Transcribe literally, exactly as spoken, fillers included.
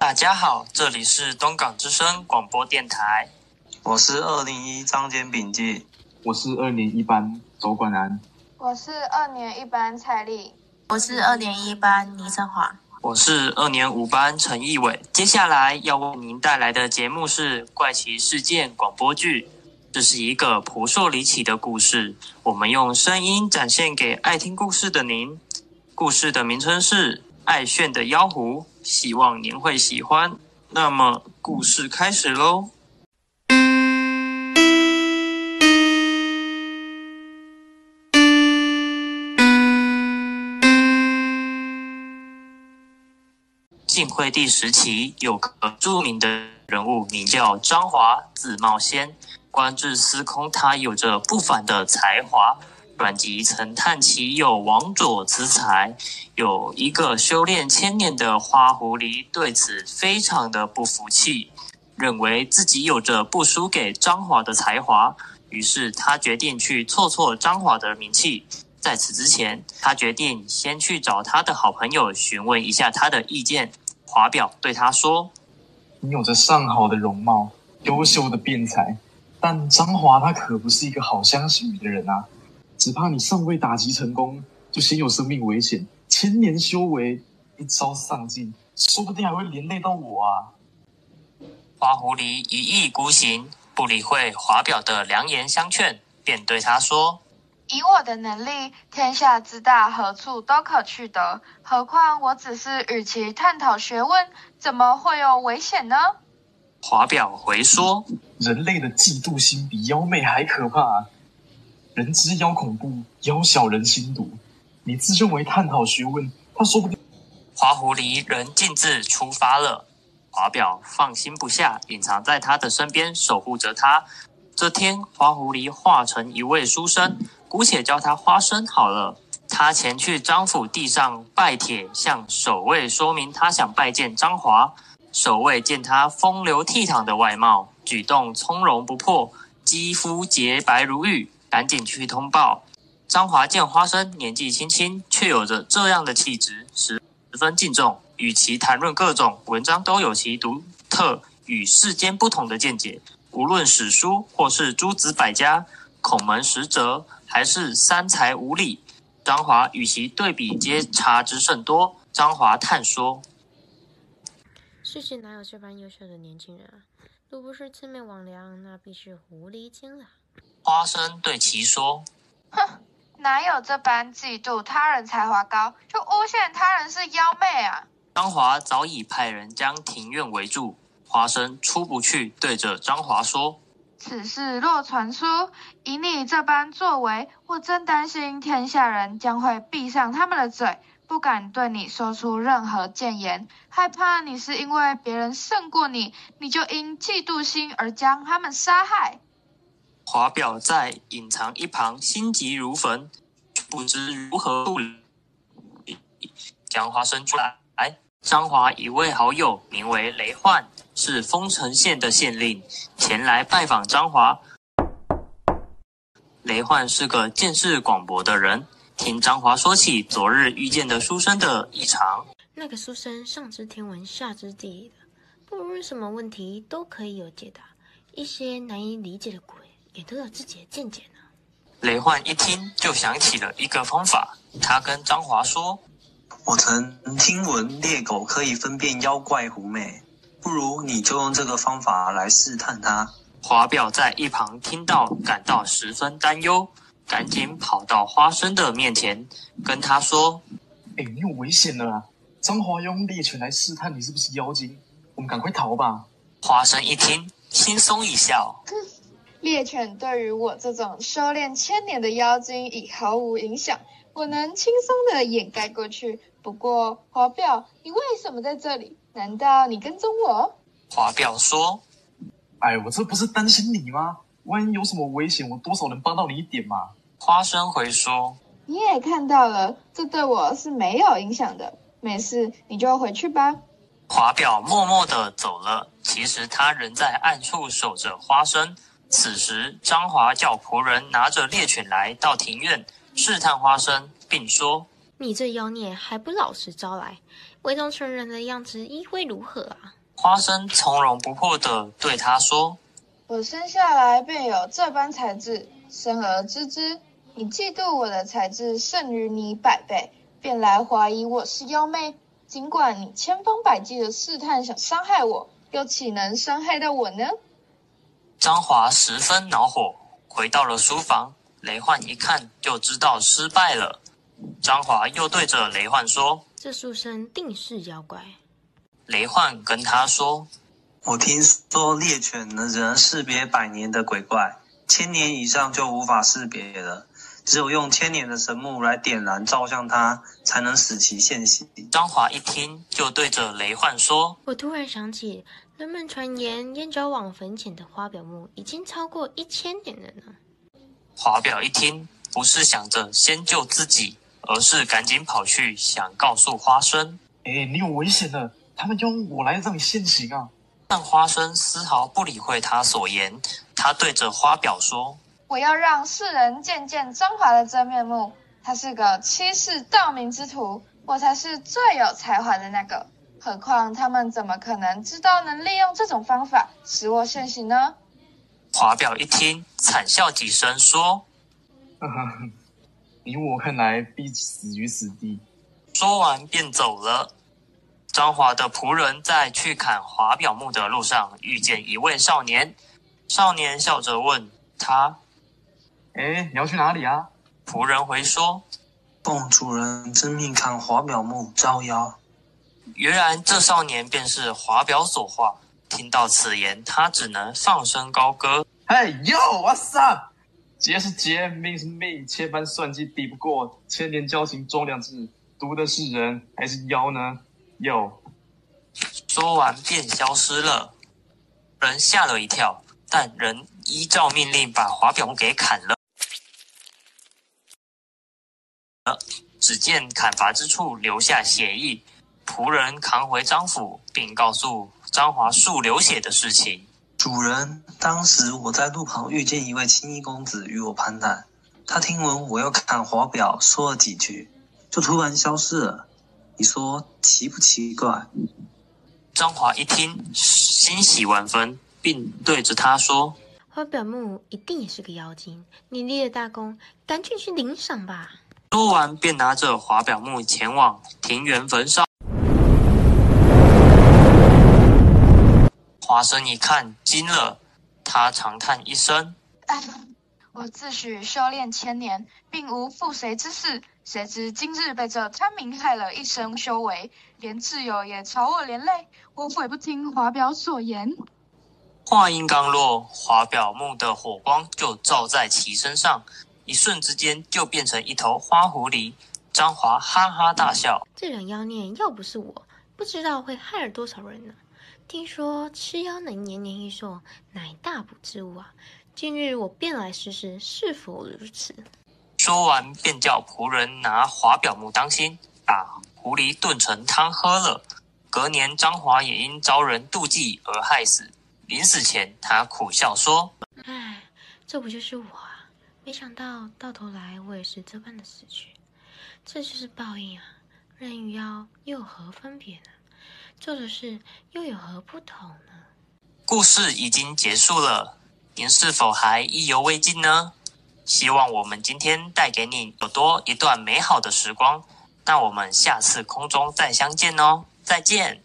大家好，这里是东港之声广播电台。 我是二零一张坚炳记， 我是二年一班周冠安， 我是二年一班蔡丽， 我是二年一班倪成华， 我是二年五班陈义伟。接下来要为您带来的节目是《怪奇事件广播剧》，这是一个扑朔离奇的故事，我们用声音展现给爱听故事的您。故事的名称是《爱炫的妖狐》，希望您会喜欢。那么，故事开始喽。晋惠帝时期，有个著名的人物，名叫张华，字茂仙，官至司空。他有着不凡的才华。阮籍曾叹其有王佐之才。有一个修炼千年的花狐狸对此非常的不服气，认为自己有着不输给张华的才华，于是他决定去挫挫张华的名气。在此之前，他决定先去找他的好朋友询问一下他的意见。华表对他说： 你有着上好的容貌，优秀的辩才，但张华他可不是一个好相处的人啊，只怕你尚未打击成功，就先有生命危险。千年修为，一朝丧尽，说不定还会连累到我啊。 花狐狸一意孤行，不理会华表的良言相劝，便对他说： 以我的能力，天下之大，何处都可去得。何况我只是与其探讨学问，怎么会有危险呢？ 华表回说： 人类的嫉妒心比妖媚还可怕啊！人知妖恐怖，妖小人心毒。你自认为探讨学问，他说不定…… 花狐狸仍径自出发了。华表放心不下，隐藏在他的身边，守护着他。这天，花狐狸化成一位书生，姑且叫他花生好了。他前去张府地上拜帖，向守卫说明他想拜见张华。守卫见他风流倜傥的外貌，举动从容不迫，肌肤洁白如玉，赶紧去通报。张华见花生年纪轻轻，却有着这样的气质，十分敬重。与其谈论各种文章，都有其独特与世间不同的见解。无论史书，或是诸子百家、孔门十哲，还是三才五礼，张华与其对比皆差之甚多。张华叹说： 世界哪有这般优秀的年轻人啊？若不是魑魅魍魉，那必是狐狸精了。 花生对其说： 哼，哪有这般嫉妒他人才华高，就诬陷他人是妖媚啊？ 张华早已派人将庭院围住，花生出不去，对着张华说： 此事若传出，以你这般作为，我真担心天下人将会闭上他们的嘴，不敢对你说出任何谏言，害怕你是因为别人胜过你，你就因嫉妒心而将他们杀害。 华表在隐藏一旁，心急如焚，不知如何处理，将花生出来。张华一位好友名为雷焕，是丰城县的县令，前来拜访张华。雷焕是个见识广博的人，听张华说起昨日遇见的书生的异常。 那个书生上知天文下知地理的，不论什么问题都可以有解答，一些难以理解的鬼也都有自己的见解呢。 雷焕一听就想起了一个方法，他跟张华说： 我曾听闻猎狗可以分辨妖怪狐媚，不如你就用这个方法来试探它。 华表在一旁听到，感到十分担忧，赶紧跑到花生的面前，跟他说： 哎，你有危险了啊！张华用猎犬来试探你是不是妖精，我们赶快逃吧。 花生一听，轻松一笑： 猎犬对于我这种修炼千年的妖精已毫无影响，我能轻松的掩盖过去。不过华表，你为什么在这里？难道你跟踪我？ 华表说： 哎，我这不是担心你吗？万一有什么危险，我多少能帮到你一点嘛。 花生回说： 你也看到了，这对我是没有影响的。没事，你就回去吧。 华表默默地走了，其实他仍在暗处守着花生。此时张华叫仆人拿着猎犬来到庭院试探花生，并说： 你这妖孽还不老实招来， 伪装成人的样子意会如何啊？ 花生从容不迫地对他说： 我生下来便有这般才智，生而知之。你嫉妒我的才智胜于你百倍，便来怀疑我是妖媚。尽管你千方百计的试探想伤害我，又岂能伤害到我呢？ 张华十分恼火，回到了书房。雷焕一看就知道失败了。张华又对着雷焕说： 这书生定是妖怪。 雷焕跟他说： 我听说猎犬能人识别百年的鬼怪，千年以上就无法识别了。只有用千年的神木来点燃照向它，才能使其现形。 张华一听就对着雷焕说： 我突然想起，人们传言燕郊往坟前的花表木已经超过一千年了呢。 华表一听，不是想着先救自己，而是赶紧跑去想告诉花生： 哎，你有危险了，他们用我来让你现形啊！ 但花生丝毫不理会他所言，他对着花表说： 我要让世人见见张华的真面目，他是个欺世盗名之徒，我才是最有才华的那个。何况他们怎么可能知道能利用这种方法使我现形呢？ 华表一听，惨笑几声说： 你我看来必死于此地。 说完便走了。张华的仆人在去砍华表木的路上遇见一位少年，少年笑着问他： 哎，你要去哪里啊？ 仆人回说： 奉主人之命砍华表木招妖。 原来这少年便是华表所化。听到此言，他只能放声高歌： 嘿呦 ，What's up？ 劫是劫，命是命，千般算计抵不过，千年交情忠良智，毒的是人还是妖呢？哟！ 说完便消失了。人吓了一跳，但仍依照命令把华表木给砍了。只见砍伐之处留下血迹，仆人扛回张府，并告诉张华树流血的事情。 主人，当时我在路旁遇见一位青衣公子与我攀谈，他听闻我要砍华表，说了几句，就突然消失了。你说奇不奇怪？ 张华一听，欣喜万分，并对着他说： 花表木一定也是个妖精，你立了大功，赶紧去领赏吧。 说完便拿着华表木前往庭园焚烧。花生一看惊了，他长叹一声： 唉，我自诩修炼千年，并无负谁之事，谁知今日被这贪名害了一身修为，连挚友也朝我连累，我悔不听华表所言。 话音刚落，华表木的火光就照在其身上，一瞬之间就变成一头花狐狸。张华哈哈大笑： 这种妖孽要不是我，不知道会害了多少人呢。听说吃妖能延年益寿，乃大补之物啊！今日我便来试试是否如此。 说完便叫仆人拿华表木当心，把狐狸炖成汤喝了。隔年张华也因遭人妒忌而害死。临死前他苦笑说： 唉，这不就是我啊！没想到到头来我也是这般的死去，这就是报应啊！人与妖又有何分别呢？做的事又有何不同呢？ 故事已经结束了，您是否还意犹未尽呢？希望我们今天带给你有多一段美好的时光。那我们下次空中再相见哦，再见。